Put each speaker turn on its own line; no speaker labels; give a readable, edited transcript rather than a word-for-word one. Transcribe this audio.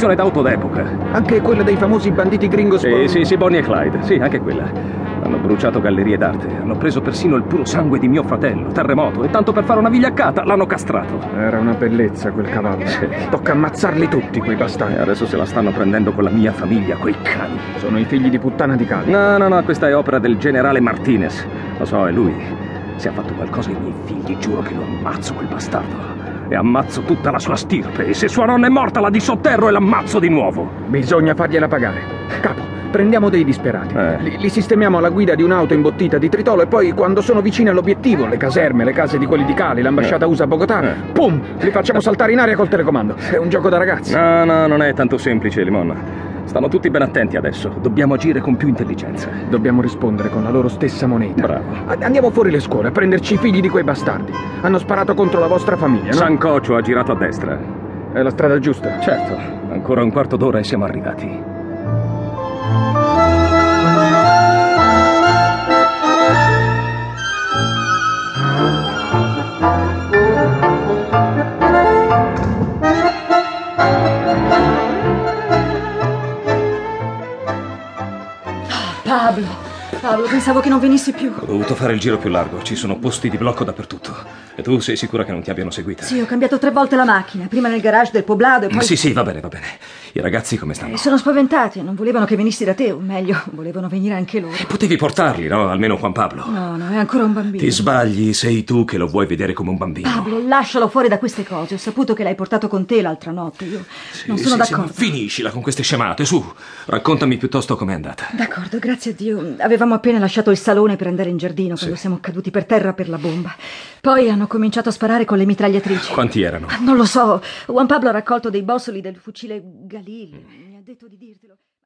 un'operazione d'auto d'epoca.
Anche quella dei famosi banditi gringo
Sì, Bonnie e Clyde. Sì, anche quella. Hanno bruciato gallerie d'arte, hanno preso persino il puro sangue di mio fratello, terremoto, e tanto per fare una vigliaccata l'hanno castrato.
Era una bellezza quel cavallo.
Sì.
Tocca ammazzarli tutti, quei bastardi.
E adesso se la stanno prendendo con la mia famiglia, quei cani.
Sono i figli di puttana di Cali.
No, questa è opera del generale Martinez. Lo so, è lui. Se ha fatto qualcosa ai miei figli, giuro che lo ammazzo quel bastardo. E ammazzo tutta la sua stirpe. E se sua nonna è morta, la disotterro e l'ammazzo di nuovo.
Bisogna fargliela pagare. Capo, prendiamo dei disperati. Li sistemiamo alla guida di un'auto imbottita di tritolo e poi, quando sono vicini all'obiettivo, le caserme, le case di quelli di Cali, l'ambasciata USA a Bogotà, pum, li facciamo saltare in aria col telecomando. È un gioco da ragazzi.
No, non è tanto semplice, Limon. Stanno tutti ben attenti adesso. Dobbiamo agire con più intelligenza.
Dobbiamo rispondere con la loro stessa moneta.
Bravo.
Andiamo fuori le scuole a prenderci i figli di quei bastardi. Hanno sparato contro la vostra famiglia, no?
San Cocio ha girato a destra.
È la strada giusta?
Certo. Ancora un quarto d'ora e siamo arrivati.
Pablo, pensavo che non venissi più.
Ho dovuto fare il giro più largo. Ci sono posti di blocco dappertutto. E tu sei sicura che non ti abbiano seguita?
Sì, ho cambiato 3 volte la macchina. Prima nel garage del poblado e poi...
Sì, va bene. I ragazzi come stanno?
Sono spaventati. Non volevano che venissi da te. O meglio, volevano venire anche loro.
Potevi portarli, no? Almeno Juan Pablo.
No, è ancora un bambino.
Ti sbagli, sei tu che lo vuoi vedere come un bambino.
Pablo, lascialo fuori da queste cose. Ho saputo che l'hai portato con te l'altra notte. Io non sono d'accordo.
Finiscila con queste scemate, su. Raccontami piuttosto com'è andata.
D'accordo, grazie a Dio. Avevamo appena lasciato il salone per andare in giardino quando siamo caduti per terra per la bomba. Poi hanno cominciato a sparare con le mitragliatrici.
Quanti erano?
Non lo so. Juan Pablo ha raccolto dei bossoli del fucile Galil. Mi ha detto di dirtelo.